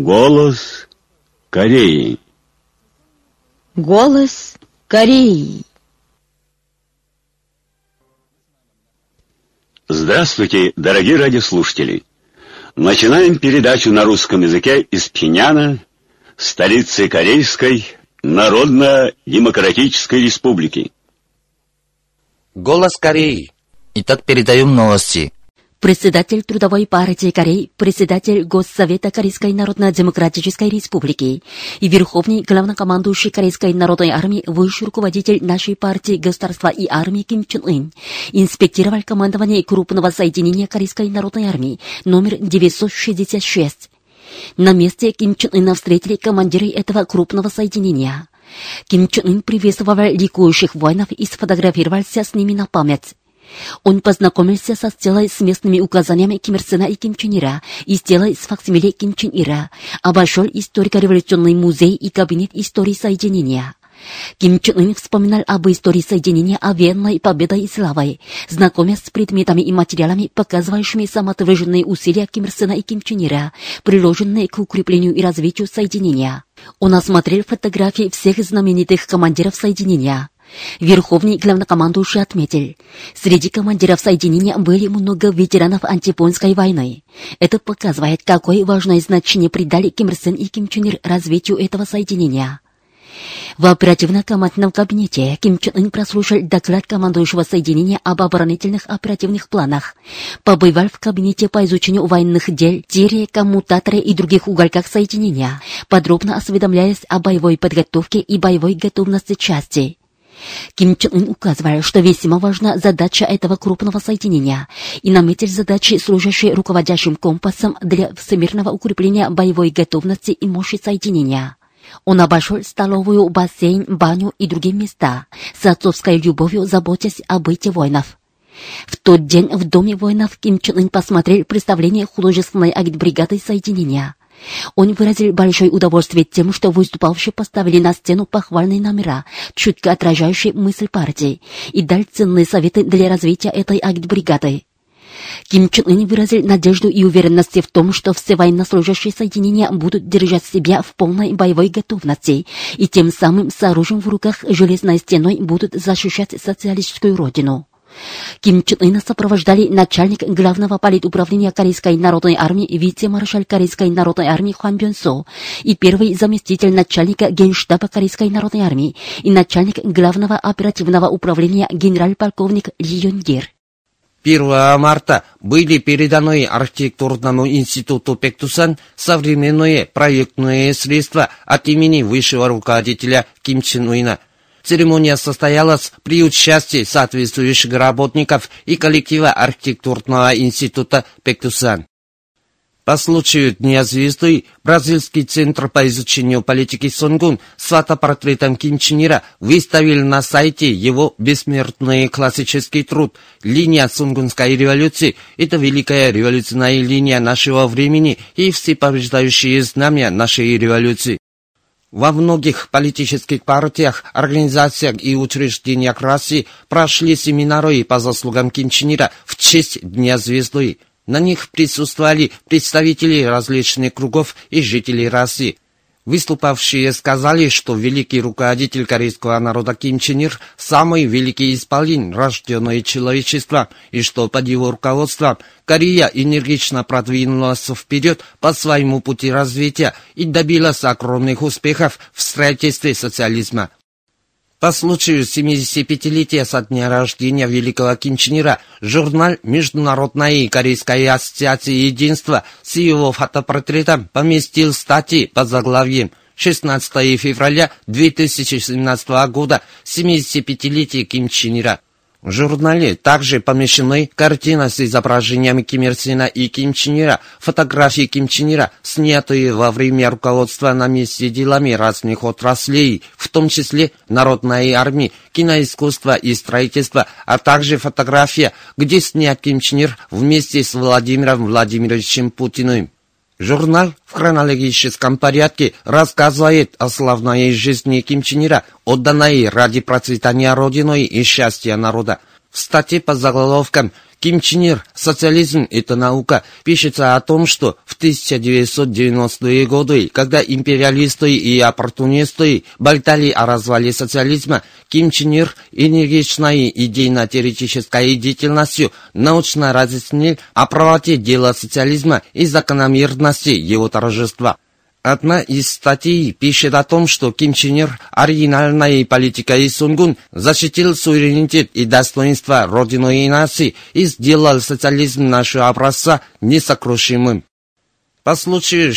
Голос Кореи. Голос Кореи. Здравствуйте, дорогие радиослушатели! Начинаем передачу на русском языке из Пхеньяна, столицы Корейской Народно-Демократической Республики. Голос Кореи. Итак, передаем новости. Председатель Трудовой партии Кореи, председатель Госсовета Корейской Народно-Демократической Республики и верховный главнокомандующий Корейской народной армии, высший руководитель нашей партии государства и армии Ким Чен Ын инспектировал командование крупного соединения Корейской народной армии номер 966. На месте Ким Чен Ына встретили командиры этого крупного соединения. Ким Чен Ын приветствовал ликующих воинов и сфотографировался с ними на память. Он познакомился со стелой с местными указаниями Ким Ир Сена и Ким Чен Ира и стелой с факсимиле Ким Чен Ира, обошел историко-революционный музей и кабинет истории соединения. Ким Чен Ын вспоминал об истории соединения, о военной победой и славой, знакомясь с предметами и материалами, показывающими самоотверженные усилия Ким Ир Сена и Ким Чен Ира, приложенные к укреплению и развитию соединения. Он осмотрел фотографии всех знаменитых командиров соединения. Верховный главнокомандующий отметил, среди командиров соединения были много ветеранов антияпонской войны. Это показывает, какое важное значение придали Ким Ир Сен и Ким Чен Ир развитию этого соединения. В оперативно-командном кабинете Ким Чен Ын прослушал доклад командующего соединения об оборонительных оперативных планах, побывал в кабинете по изучению военных дел, тире, коммутаторе и других уголках соединения, подробно осведомляясь о боевой подготовке и боевой готовности части. Ким Чен Ын указывал, что весьма важна задача этого крупного соединения и наметил задачи, служащие руководящим компасом для всемирного укрепления боевой готовности и мощи соединения. Он обошел столовую, бассейн, баню и другие места, с отцовской любовью заботясь о быте воинов. В тот день в Доме воинов Ким Чен Ын посмотрел представление художественной агитбригады соединения. Он выразил большое удовольствие тем, что выступавшие поставили на стену похвальные номера, чутко отражающие мысль партии, и дал ценные советы для развития этой агитбригады. Ким Чен Ын выразил надежду и уверенность в том, что все военнослужащие соединения будут держать себя в полной боевой готовности и тем самым с оружием в руках железной стеной будут защищать социалистическую родину. Ким Чен Ына сопровождали начальник главного политуправления Корейской народной армии, вице-маршал Корейской народной армии Хван Бён Со и первый заместитель начальника генштаба Корейской народной армии и начальник главного оперативного управления генерал-полковник Ли Йон Гир. 1 марта были переданы архитектурному институту Пэктусан современные проектные средства от имени высшего руководителя Ким Чен Ына. Церемония состоялась при участии соответствующих работников и коллектива архитектурного института Пэктусан. По случаю Дня звезды Бразильский центр по изучению политики Сонгун с фотопортретом Ким Чен Ира выставил на сайте его бессмертный классический труд «Линия Сонгунской революции». Это великая революционная линия нашего времени и всепобеждающие знамя нашей революции. Во многих политических партиях, организациях и учреждениях России прошли семинары по заслугам Ким Чен Ира в честь Дня звезды. На них присутствовали представители различных кругов и жители России. Выступавшие сказали, что великий руководитель корейского народа Ким Чен Ир – самый великий исполин, рожденный человечеством, и что под его руководством Корея энергично продвинулась вперед по своему пути развития и добилась огромных успехов в строительстве социализма. По случаю 75-летия со дня рождения великого Ким Чен Ира журнал Международной Корейской ассоциации единства с его фотопортретом поместил статьи под заглавием «16 февраля 2017 года, 75-летие Ким Чен Ира». В журнале также помещены картины с изображениями Ким Ир Сена и Ким Чен Ира, фотографии Ким Чен Ира, снятые во время руководства на месте делами разных отраслей, в том числе народной армии, киноискусства и строительства, а также фотография, где снят Ким Чен Ир вместе с Владимиром Владимировичем Путиным. Журнал в хронологическом порядке рассказывает о славной жизни Ким Чен Ира, отданной ради процветания Родины и счастья народа. В статье под заголовком Ким Чен Ир «Социализм – это наука» пишется о том, что в 1990-е годы, когда империалисты и оппортунисты болтали о развале социализма, Ким Чен Ир энергичной идейно-теоретической деятельностью научно разъяснил о правоте дела социализма и закономерности его торжества. Одна из статей пишет о том, что Ким Чен Ир оригинальной политикой Сунгун защитил суверенитет и достоинство Родины и нации и сделал социализм нашего образца несокрушимым. По случаю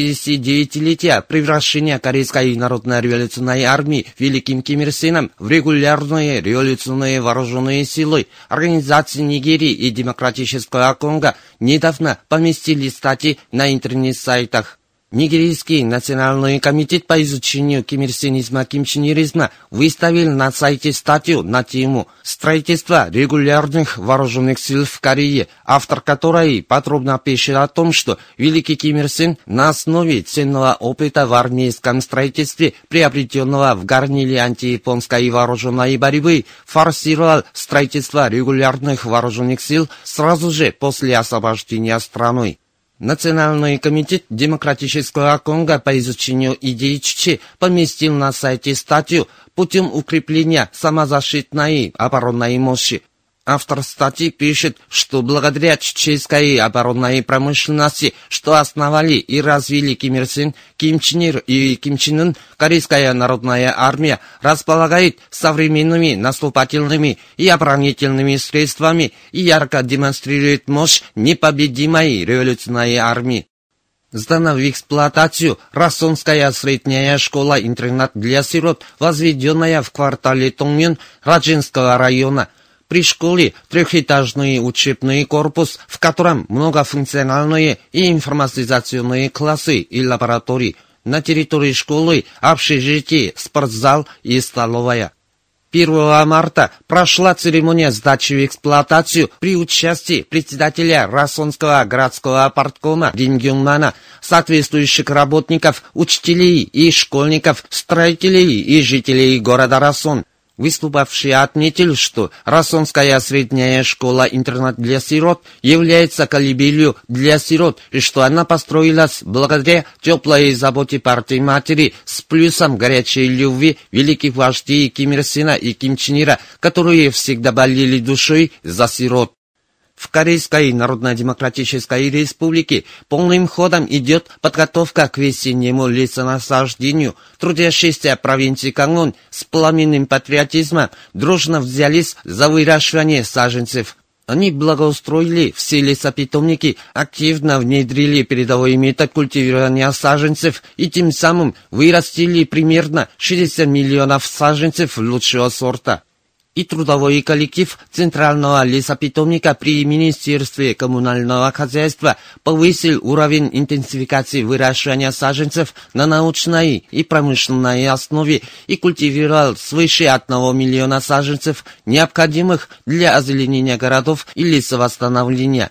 69-летия превращения Корейской народно-революционной армии Великим Ким Ир Сеном в регулярные революционные вооруженные силы Организации Нигерии и Демократического Конго недавно поместили статьи на интернет-сайтах. Нигерийский национальный комитет по изучению кимирсенизма, кимчениризма выставил на сайте статью на тему «Строительство регулярных вооруженных сил в Корее», автор которой подробно пишет о том, что Великий Ким Ир Сен на основе ценного опыта в армейском строительстве, приобретенного в горниле антияпонской вооруженной борьбы, форсировал строительство регулярных вооруженных сил сразу же после освобождения страны. Национальный комитет Демократического Конго по изучению идей Чучхе поместил на сайте статью путем укрепления самозащитной оборонной мощи. Автор статьи пишет, что благодаря чеченской оборонной промышленности, что основали и развили Ким Ир Сен, Ким Чен Ир и Ким Чен Ын, Корейская народная армия располагает современными наступательными и оборонительными средствами и ярко демонстрирует мощь непобедимой революционной армии. Сдана в эксплуатацию Рассонская средняя школа-интернат для сирот, возведенная в квартале Тонгмён Раджинского района. При школе трехэтажный учебный корпус, в котором многофункциональные и информатизационные классы и лаборатории. На территории школы общежитие, спортзал и столовая. 1 марта прошла церемония сдачи в эксплуатацию при участии председателя Рассонского городского парткома Рин Гюнгмана, соответствующих работников, учителей и школьников, строителей и жителей города Рассон. Выступавший отметил, что Рассонская средняя школа-интернат для сирот является колыбелью для сирот, и что она построилась благодаря теплой заботе партии матери с плюсом горячей любви великих вождей Ким Ир Сена и Ким Чен Ира, которые всегда болели душой за сирот. В Корейской Народно-Демократической Республике полным ходом идет подготовка к весеннему лесонасаждению. Трудящиеся провинции Кангвон с пламенным патриотизмом дружно взялись за выращивание саженцев. Они благоустроили все лесопитомники, активно внедрили передовой метод культивирования саженцев и тем самым вырастили примерно 60 миллионов саженцев лучшего сорта. И трудовой коллектив Центрального лесопитомника при Министерстве коммунального хозяйства повысил уровень интенсификации выращивания саженцев на научной и промышленной основе и культивировал свыше 1 миллиона саженцев, необходимых для озеленения городов и лесовосстановления.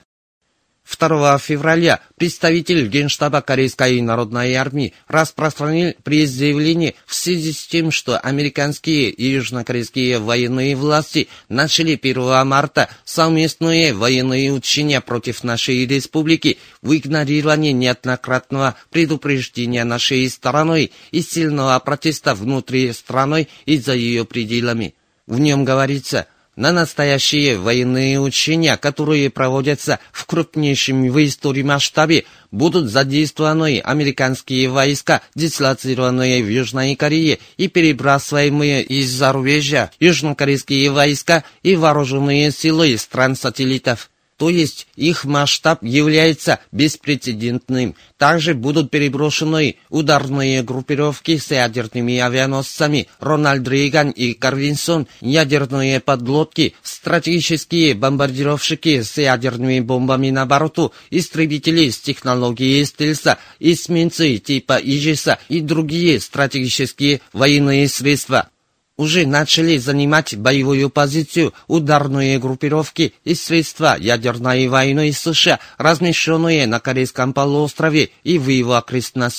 2 февраля представитель Генштаба Корейской народной армии распространил пресс-заявление в связи с тем, что американские и южнокорейские военные власти начали 1 марта совместные военные учения против нашей республики в игнорировании неоднократного предупреждения нашей стороной и сильного протеста внутри страны и за ее пределами. В нем говорится: на настоящие военные учения, которые проводятся в крупнейшем в истории масштабе, будут задействованы американские войска, дислоцированные в Южной Корее и перебрасываемые из зарубежья южнокорейские войска и вооруженные силы стран-сателлитов. То есть их масштаб является беспрецедентным. Также будут переброшены ударные группировки с ядерными авианосцами «Рональд Рейган» и «Карвинсон», ядерные подлодки, стратегические бомбардировщики с ядерными бомбами на борту, истребители с технологией стелса, эсминцы типа «Ижиса» и другие стратегические военные средства. Уже начали занимать боевую позицию ударные группировки и средства ядерной войны США, размещенные на Корейском полуострове и в его окрестности.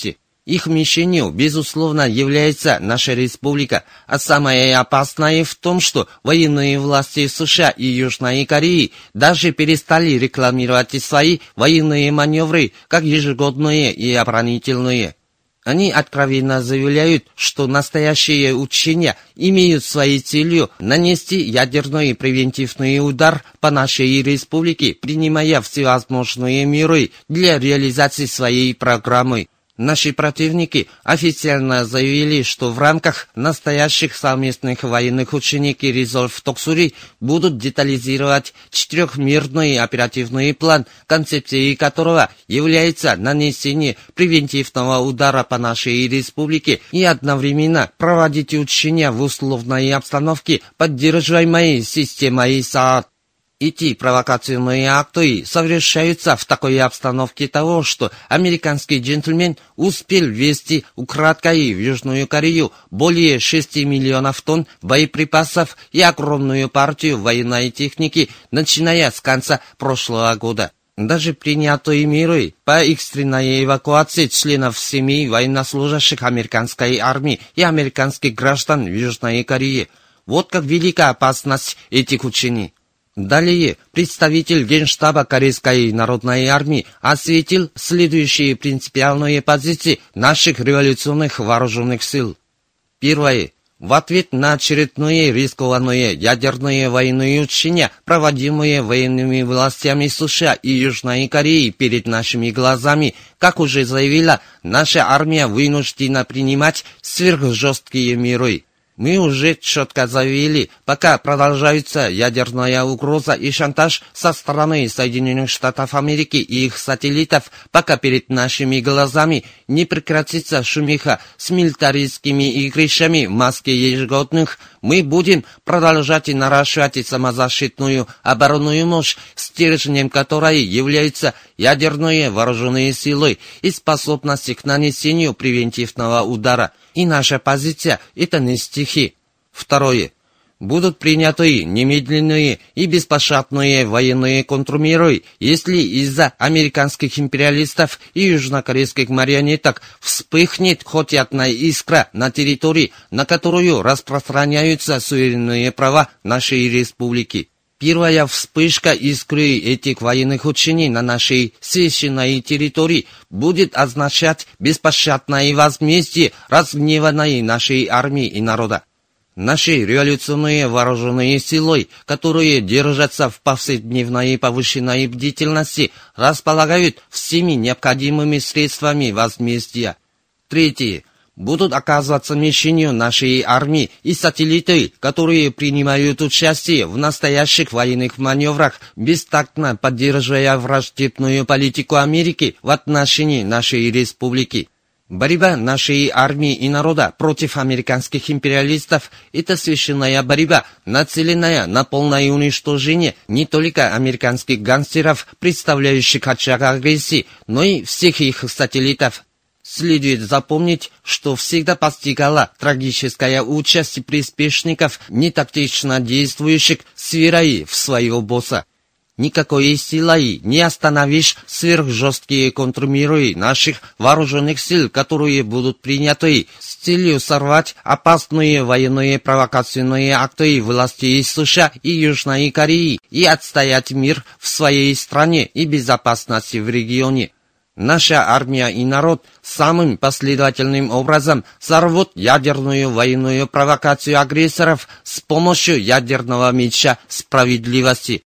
Их мишенью, безусловно, является наша республика, а самое опасное в том, что военные власти США и Южной Кореи даже перестали рекламировать свои военные маневры как ежегодные и оборонительные. Они откровенно заявляют, что настоящие учения имеют своей целью нанести ядерный превентивный удар по нашей республике, принимая всевозможные меры для реализации своей программы. Наши противники официально заявили, что в рамках настоящих совместных военных учений Киризол в Токсури будут детализировать четырехмерный оперативный план, концепцией которого является нанесение превентивного удара по нашей республике и одновременно проводить учения в условной обстановке, поддерживаемой системой СААД. Эти провокационные акты совершаются в такой обстановке того, что американский джентльмен успел ввести украдкой в Южную Корею более 6 миллионов тонн боеприпасов и огромную партию военной техники, начиная с конца прошлого года. Даже принятые меры по экстренной эвакуации членов семей военнослужащих американской армии и американских граждан в Южной Корее. Вот как велика опасность этих учений. Далее представитель Генштаба Корейской народной армии осветил следующие принципиальные позиции наших революционных вооруженных сил. Первое. В ответ на очередное рискованное ядерное военные учения, проводимые военными властями США и Южной Кореи перед нашими глазами, как уже заявила, наша армия вынуждена принимать сверхжесткие меры. Мы уже четко заявили, пока продолжаются ядерная угроза и шантаж со стороны Соединенных Штатов Америки и их сателлитов, пока перед нашими глазами не прекратится шумиха с милитаристскими игрищами в маске ежегодных, мы будем продолжать и наращивать самозащитную оборонную мощь, стержнем которой являются ядерные вооруженные силы и способность к нанесению превентивного удара. И наша позиция – это не стихи. Второе. Будут приняты немедленные и беспощадные военные контрмеры, если из-за американских империалистов и южнокорейских марионеток вспыхнет хоть одна искра на территории, на которую распространяются суверенные права нашей республики. Первая вспышка искры этих военных учений на нашей священной территории будет означать беспощадное возмездие разгневанной нашей армии и народа. Наши революционные вооруженные силы, которые держатся в повседневной повышенной бдительности, располагают всеми необходимыми средствами возмездия. Третье. Будут оказываться мишенью нашей армии и сателлиты, которые принимают участие в настоящих военных маневрах, бестактно поддерживая враждебную политику Америки в отношении нашей республики. Борьба нашей армии и народа против американских империалистов – это священная борьба, нацеленная на полное уничтожение не только американских гангстеров, представляющих очаг агрессии, но и всех их сателлитов. Следует запомнить, что всегда постигала трагическая участь приспешников, нетактично действующих с верой в своего босса. Никакой силой не остановишь сверхжесткие контрмеры наших вооруженных сил, которые будут приняты с целью сорвать опасные военные провокационные акты властей США и Южной Кореи и отстоять мир в своей стране и безопасность в регионе. Наша армия и народ самым последовательным образом сорвут ядерную военную провокацию агрессоров с помощью ядерного меча справедливости.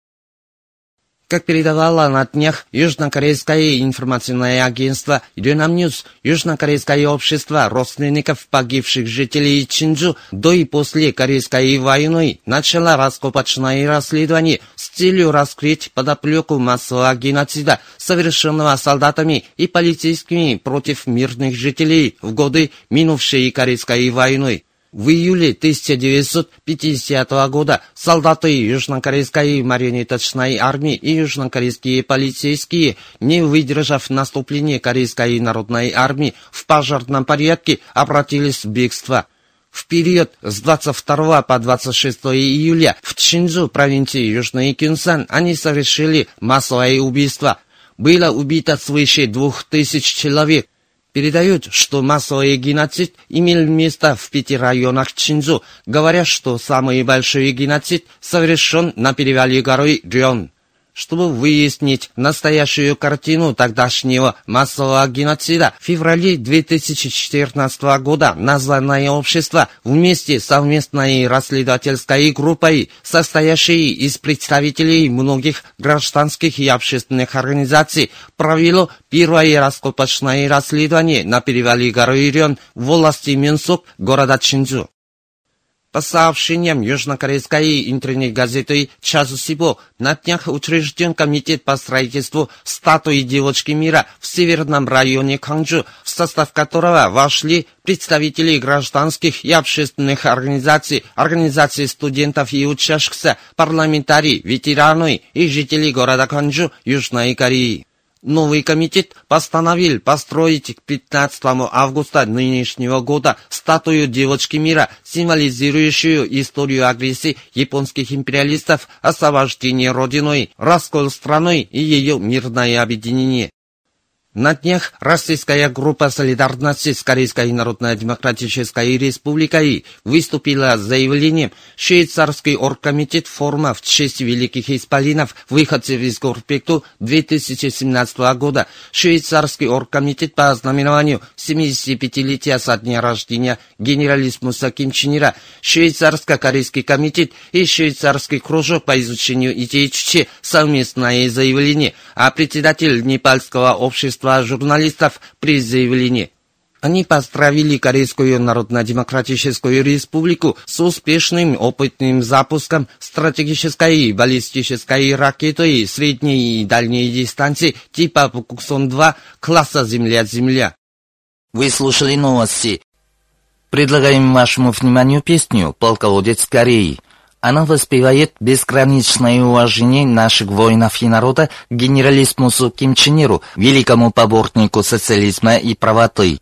Как передавало на днях южнокорейское информационное агентство Yonhap News, южнокорейское общество родственников погибших жителей Чинджу до и после Корейской войны начало раскопочное расследование с целью раскрыть подоплеку массового геноцида, совершенного солдатами и полицейскими против мирных жителей в годы минувшей Корейской войны. В июле 1950 года солдаты южнокорейской марионеточной армии и южнокорейские полицейские, не выдержав наступления Корейской народной армии, в пожарном порядке обратились в бегство. В период с 22 по 26 июля в Чинджу, провинции Южный Кёнсан, они совершили массовое убийство. Было убито свыше 2000 человек. Передают, что массовый геноцид имел место в 5 районах Чинзу, говоря, что самый большой геноцид совершен на перевале горы Рён. Чтобы выяснить настоящую картину тогдашнего массового геноцида, в феврале 2014 года названное общество вместе с совместной расследовательской группой, состоящей из представителей многих гражданских и общественных организаций, провело первое раскопочное расследование на перевале горы Рён в волости Мёнсок города Чинзу. По сообщениям южнокорейской интернет-газеты Часу-Сибо, на днях учрежден комитет по строительству статуи девочки мира в северном районе Кангжу, в состав которого вошли представители гражданских и общественных организаций, организаций студентов и учащихся, парламентарии, ветераны и жители города Кангжу, Южной Кореи. Новый комитет постановил построить к 15 августа нынешнего года статую девочки мира, символизирующую историю агрессии японских империалистов, освобождение родиной, раскол страной и ее мирное объединение. На днях российская группа солидарности с Корейской Народно-Демократической Республикой выступила с заявлением: швейцарский оргкомитет форума в честь великих исполинов, выходцев из Горпекту 2017 года, швейцарский оргкомитет по ознаменованию 75-летия со дня рождения генералиссимуса Ким Чен Ира, швейцарско-корейский комитет и швейцарский кружок по изучению идей Чучхе совместное заявление, а председатель Непальского общества журналистов при заявлении. Они поздравили Корейскую Народно-Демократическую Республику с успешным опытным запуском стратегической и баллистической ракеты средней и дальней дистанции типа Пуксон-2 класса «Земля-Земля». Вы слушали новости. Предлагаем вашему вниманию песню «Полководец Кореи». Она воспевает безграничное уважение наших воинов и народа к генералиссимусу Ким Чен Иру, великому поборнику социализма и правоты.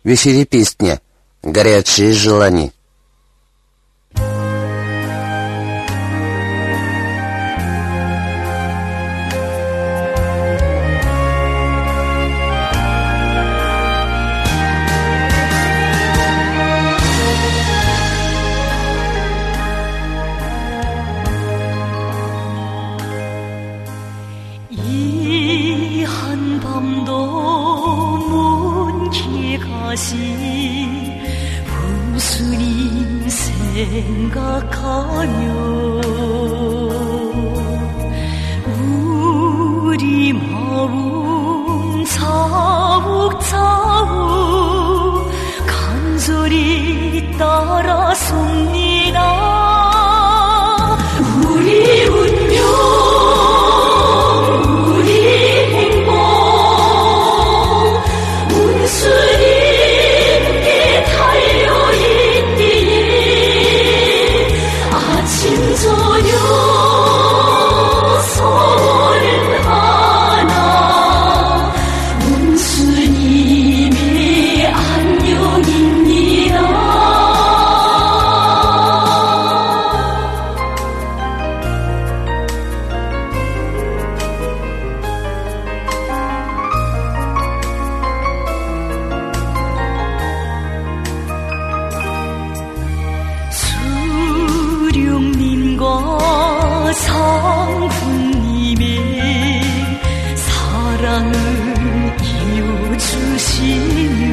В эфире песня «Горячие желания». 이 한밤도 먼길 가시 분수님 생각하며 우리 마음 차욱차욱 간절히 따라섭니다. 우리 운명 예수님께 달려있기에 아침 저녁 서른 하나 예수님의 안녕입니다. 수령님과 상군님의 사랑을 이어주시며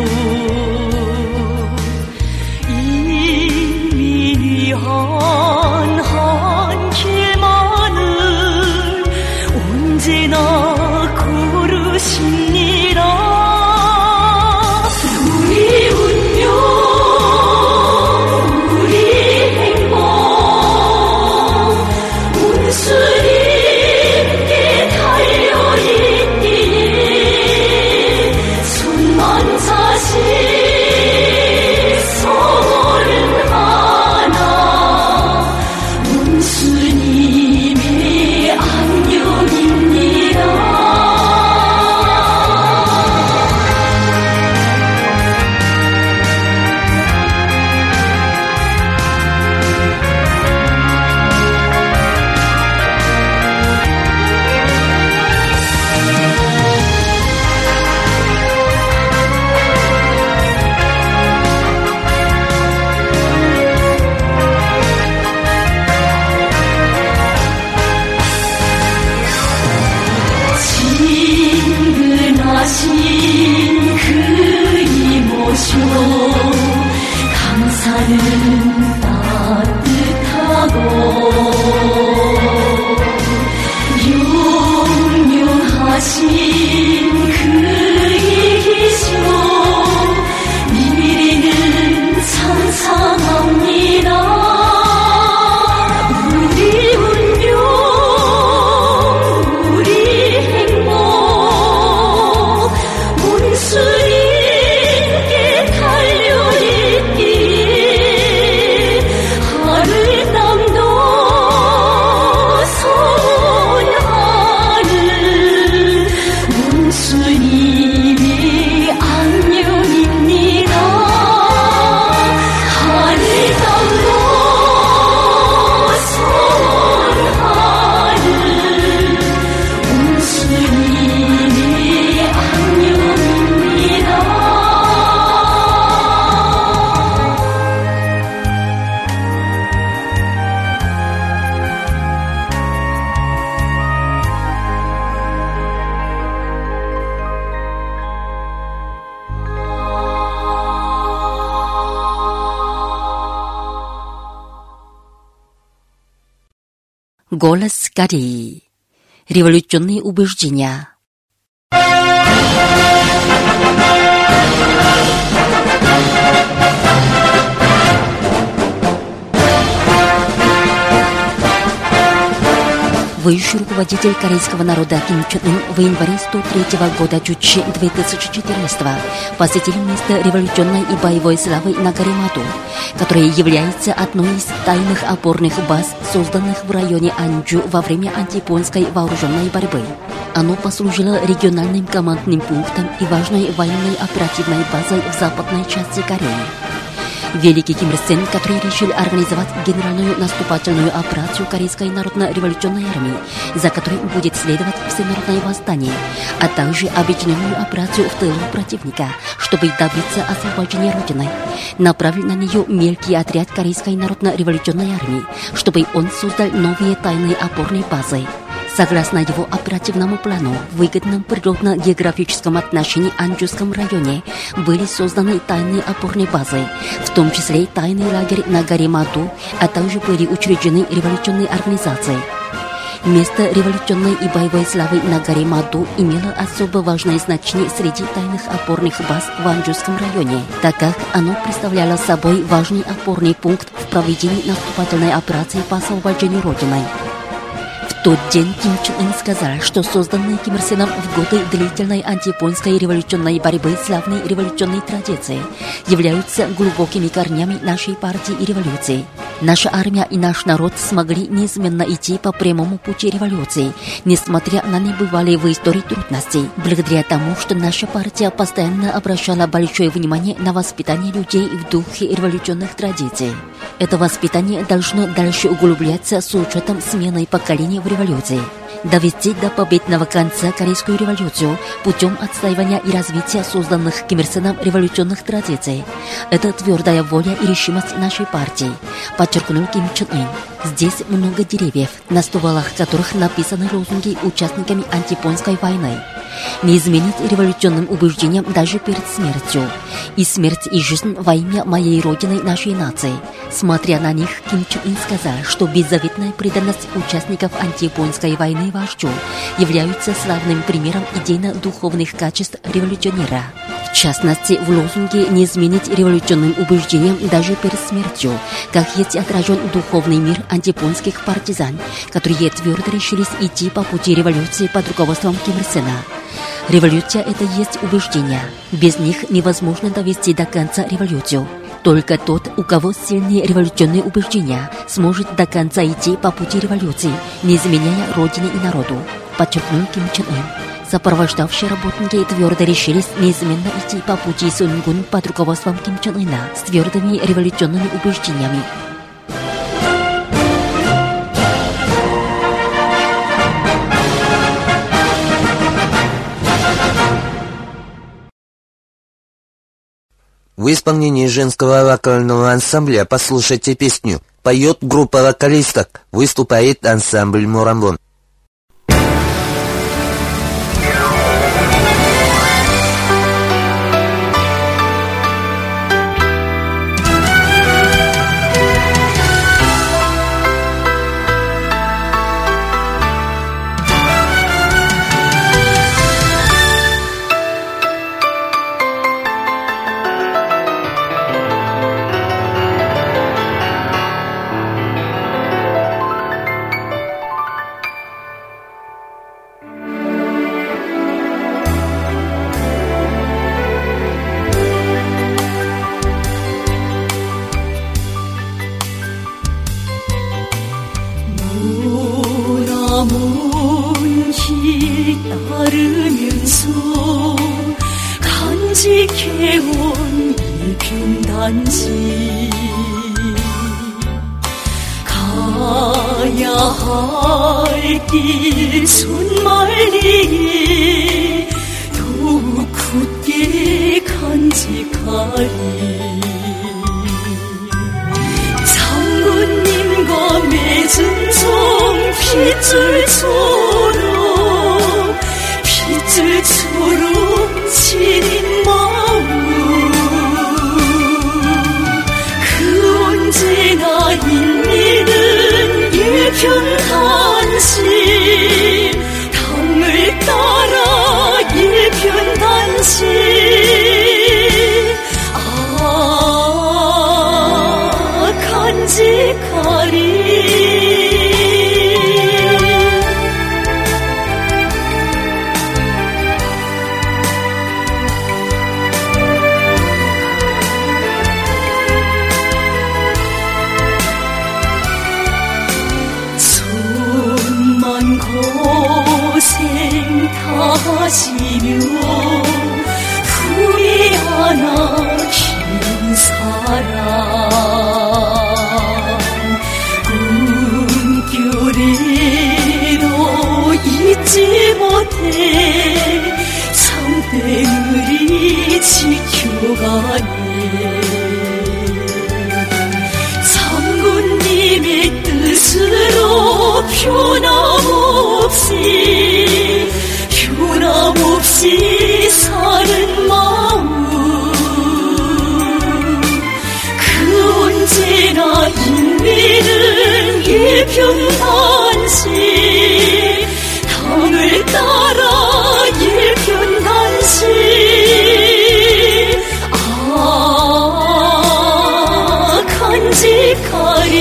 이민이 위한 한 길만을 언제나 걸으십니다. 우리 운명 예수님께 달려있기에 손만 자식 서른 하나 예수님의 안녕입니다. 친근하신 그 이모셔 감사는 따뜻하고 용용하신 그 이기셔 미래는 상상합니다. 우리 운명 우리 행복 예수님께 달려있기에 하늘 땅도 선하는 예수님의 안녕입니다. 하늘 땅도 선하는 예수님의 안녕입니다. Голос Кореи. Революционные убеждения. Высший руководитель корейского народа Ким Чен Ын в январе 103 года Чучи 2014 посетил место революционной и боевой славы на горе Маду, которая является одной из тайных опорных баз, созданных в районе Анджу во время антияпонской вооруженной борьбы. Оно послужило региональным командным пунктом и важной военной оперативной базой в западной части Кореи. Великий Ким Ир Сен, который решил организовать генеральную наступательную операцию Корейской народно-революционной армии, за которой будет следовать всенародное восстание, а также объединенную операцию в тылу противника, чтобы добиться освобождения Родины, направил на нее мелкий отряд Корейской народно-революционной армии, чтобы он создал новые тайные опорные базы. Согласно его оперативному плану, в выгодном природно-географическом отношении Анджуском районе были созданы тайные опорные базы, в том числе тайный лагерь на горе Маду, а также были учреждены революционные организации. Место революционной и боевой славы на горе Маду имело особо важное значение среди тайных опорных баз в Анджуском районе, так как оно представляло собой важный опорный пункт в проведении наступательной операции по освобождению Родины. В тот день Ким Чен Ын сказал, что созданные Ким Ир Сеном в годы длительной антияпонской революционной борьбы славные революционные традиции являются глубокими корнями нашей партии и революции. Наша армия и наш народ смогли неизменно идти по прямому пути революции, несмотря на небывалые в истории трудности, благодаря тому, что наша партия постоянно обращала большое внимание на воспитание людей в духе революционных традиций. Это воспитание должно дальше углубляться с учетом смены поколений в революции. Довести до победного конца Корейскую революцию путем отстаивания и развития созданных Ким Ир Сеном революционных традиций. Это твердая воля и решимость нашей партии, подчеркнул Ким Чен Ын. Здесь много деревьев, на стволах которых написаны лозунги участниками антияпонской войны. Не изменить революционным убеждениям даже перед смертью. И смерть, и жизнь во имя моей родины, нашей нации. Смотря на них, Ким Чен Ын сказал, что беззаветная преданность участников антияпонской войны вождю являются славным примером идейно-духовных качеств революционера. В частности, в лозунге «Не изменить революционным убеждениям даже перед смертью», как есть отражен духовный мир антияпонских партизан, которые твердо решились идти по пути революции под руководством Ким Ир Сена. Революция – это есть убеждения. Без них невозможно довести до конца революцию. Только тот, у кого сильные революционные убеждения, сможет до конца идти по пути революции, не изменяя родине и народу, подчеркнул Ким Чен Ын. Сопровождавшие работники твердо решились неизменно идти по пути Сунгун под руководством Ким Чен Ына с твердыми революционными убеждениями. В исполнении женского вокального ансамбля послушайте песню. Поет группа вокалисток, выступает ансамбль Морамбон. 먼 길 따르면서 간직해온 일평단지 가야 할 길 손말리에 더욱 굳게 간직하리 장군님과 맺은 정 핏줄처럼 지닌 마음 그 언제나 인민은 일편단심 당을 따라 일편단심 간직하리 변함없이 사는 마음 그 언제나 인민은 일편단심 당을 따라 일편단심 간직하리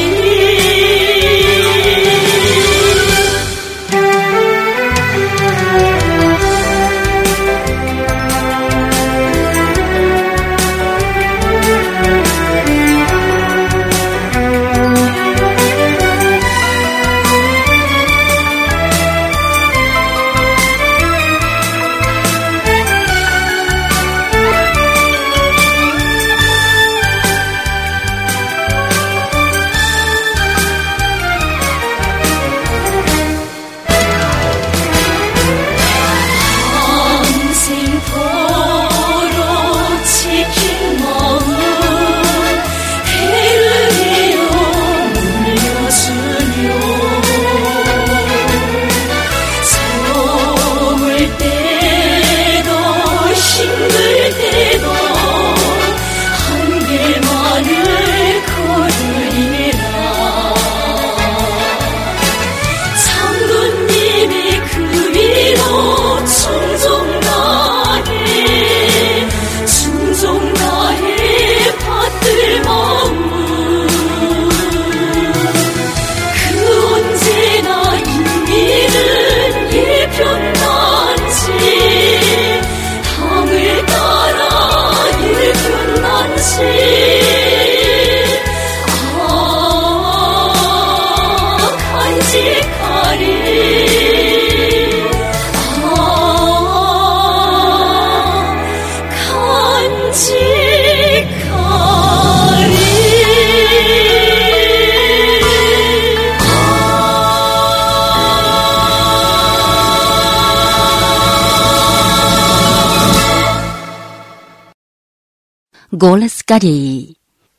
Голос Кореи.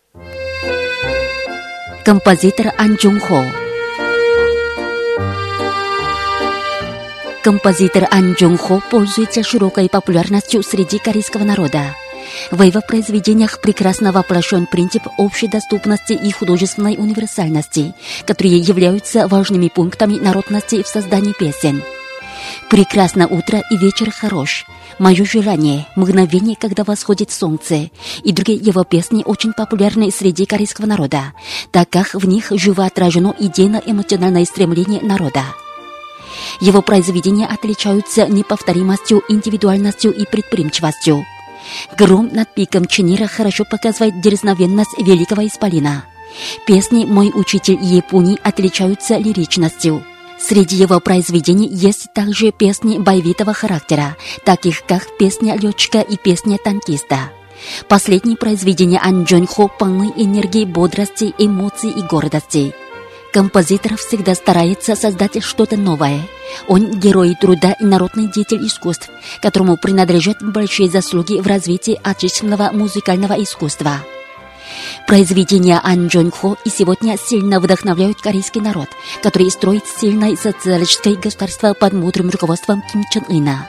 Композитор Ан Джун Хо. Композитор Ан Джун Хо пользуется широкой популярностью среди корейского народа. В его произведениях прекрасно воплощен принцип общедоступности и художественной универсальности, которые являются важными пунктами народности в создании песен. «Прекрасно утро и вечер хорош», «Мое желание», «Мгновение, когда восходит солнце» и другие его песни очень популярны среди корейского народа, так как в них живо отражено идейно-эмоциональное стремление народа. Его произведения отличаются неповторимостью, индивидуальностью и предприимчивостью. Гром над пиком Ченира хорошо показывает дерзновенность великого исполина. Песни «Мой учитель Японии» отличаются лиричностью. Среди его произведений есть также песни боевитого характера, таких как «Песня летчика» и «Песня танкиста». Последние произведения Ан Джун Хо полны энергии, бодрости, эмоций и гордости. Композитор всегда старается создать что-то новое. Он герой труда и народный деятель искусств, которому принадлежат большие заслуги в развитии отечественного музыкального искусства. Произведения Ан Джун Хо и сегодня сильно вдохновляют корейский народ, который строит сильное социалистическое государство под мудрым руководством Ким Чен Ына.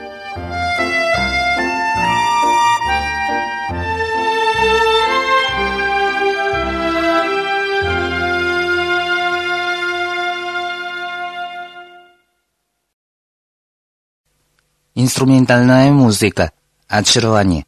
Инструментальная музыка. Очарование.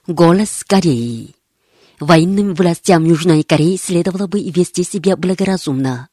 Голос Кореи. Военным властям Южной Кореи следовало бы вести себя благоразумно.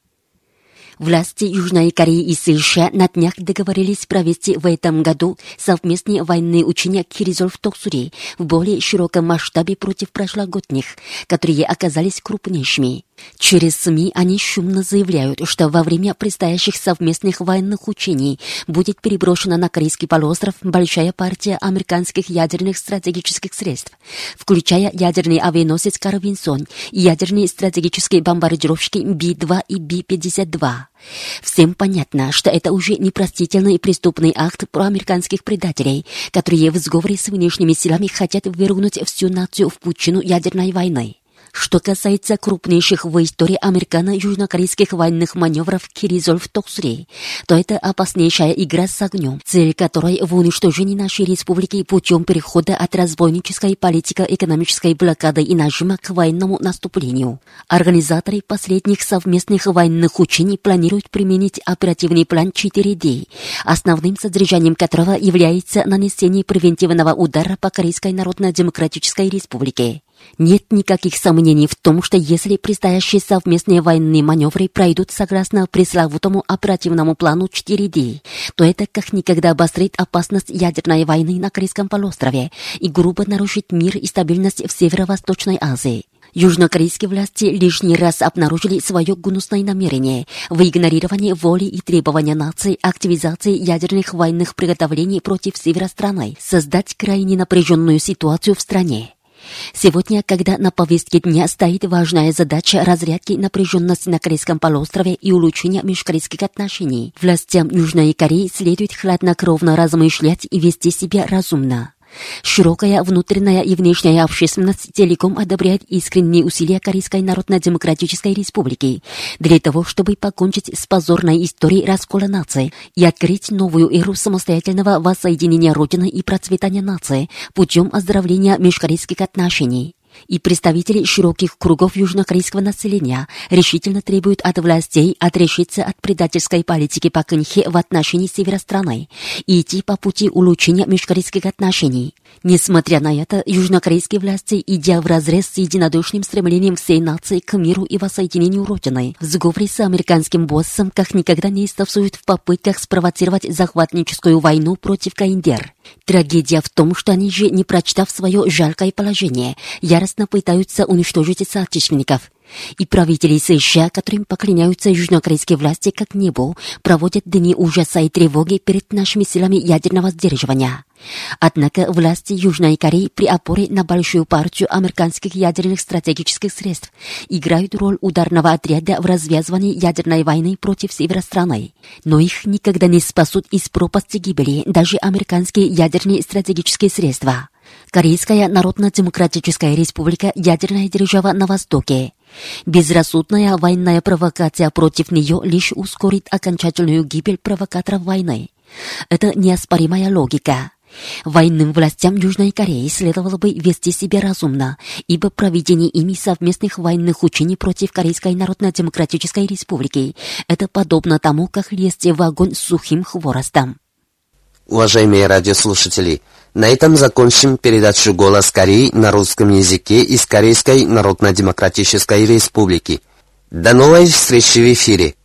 Власти Южной Кореи и США на днях договорились провести в этом году совместные военные учения «Киризол» в Токсуре в более широком масштабе против прошлогодних, которые оказались крупнейшими. Через СМИ они шумно заявляют, что во время предстоящих совместных военных учений будет переброшена на Корейский полуостров большая партия американских ядерных стратегических средств, включая ядерный авианосец «Карл Винсон» и ядерные стратегические бомбардировщики Би-2 и Би-52. Всем понятно, что это уже непростительный и преступный акт проамериканских предателей, которые в сговоре с внешними силами хотят ввергнуть всю нацию в пучину ядерной войны. Что касается крупнейших в истории американо-южнокорейских военных маневров «Киризол» в Токсуре, то это опаснейшая игра с огнем, цель которой в уничтожении нашей республики путем перехода от разбойнической политико-экономической блокады и нажима к военному наступлению. Организаторы последних совместных военных учений планируют применить оперативный план 4D, основным содержанием которого является нанесение превентивного удара по Корейской Народно-Демократической Республике. Нет никаких сомнений в том, что если предстоящие совместные военные маневры пройдут согласно пресловутому оперативному плану 4D, то это как никогда обострит опасность ядерной войны на Корейском полуострове и грубо нарушит мир и стабильность в Северо-Восточной Азии. Южнокорейские власти лишний раз обнаружили свое гнусное намерение в игнорировании воли и требования наций активизации ядерных военных приготовлений против севера страны, создать крайне напряженную ситуацию в стране. Сегодня, когда на повестке дня стоит важная задача разрядки напряженности на Корейском полуострове и улучшения межкорейских отношений, властям Южной Кореи следует хладнокровно размышлять и вести себя разумно. Широкая внутренняя и внешняя общественность целиком одобряет искренние усилия Корейской Народно-Демократической Республики для того, чтобы покончить с позорной историей раскола нации и открыть новую эру самостоятельного воссоединения Родины и процветания нации путем оздоровления межкорейских отношений. И представители широких кругов южнокорейского населения решительно требуют от властей отрешиться от предательской политики Пак Кын Хе в отношении севера страны и идти по пути улучшения межкорейских отношений. Несмотря на это, южнокорейские власти, идя вразрез с единодушным стремлением всей нации к миру и воссоединению Родины, в сговоре с американским боссом как никогда не истовствуют в попытках спровоцировать захватническую войну против КНДР. Трагедия в том, что они же, не прочитав свое жалкое положение, яростно пытаются уничтожить соотечественников. И правители США, которым поклоняются южнокорейские власти как небу, проводят дни ужаса и тревоги перед нашими силами ядерного сдерживания. Однако власти Южной Кореи при опоре на большую партию американских ядерных стратегических средств играют роль ударного отряда в развязывании ядерной войны против севера страны. Но их никогда не спасут из пропасти гибели даже американские ядерные стратегические средства. Корейская Народно-Демократическая Республика – ядерная держава на Востоке. Безрассудная военная провокация против нее лишь ускорит окончательную гибель провокаторов войны. Это неоспоримая логика. Военным властям Южной Кореи следовало бы вести себя разумно, ибо проведение ими совместных военных учений против Корейской Народно-Демократической Республики – это подобно тому, как лезть в огонь с сухим хворостом. Уважаемые радиослушатели, на этом закончим передачу «Голос Кореи» на русском языке из Корейской Народно-Демократической Республики. До новой встречи в эфире!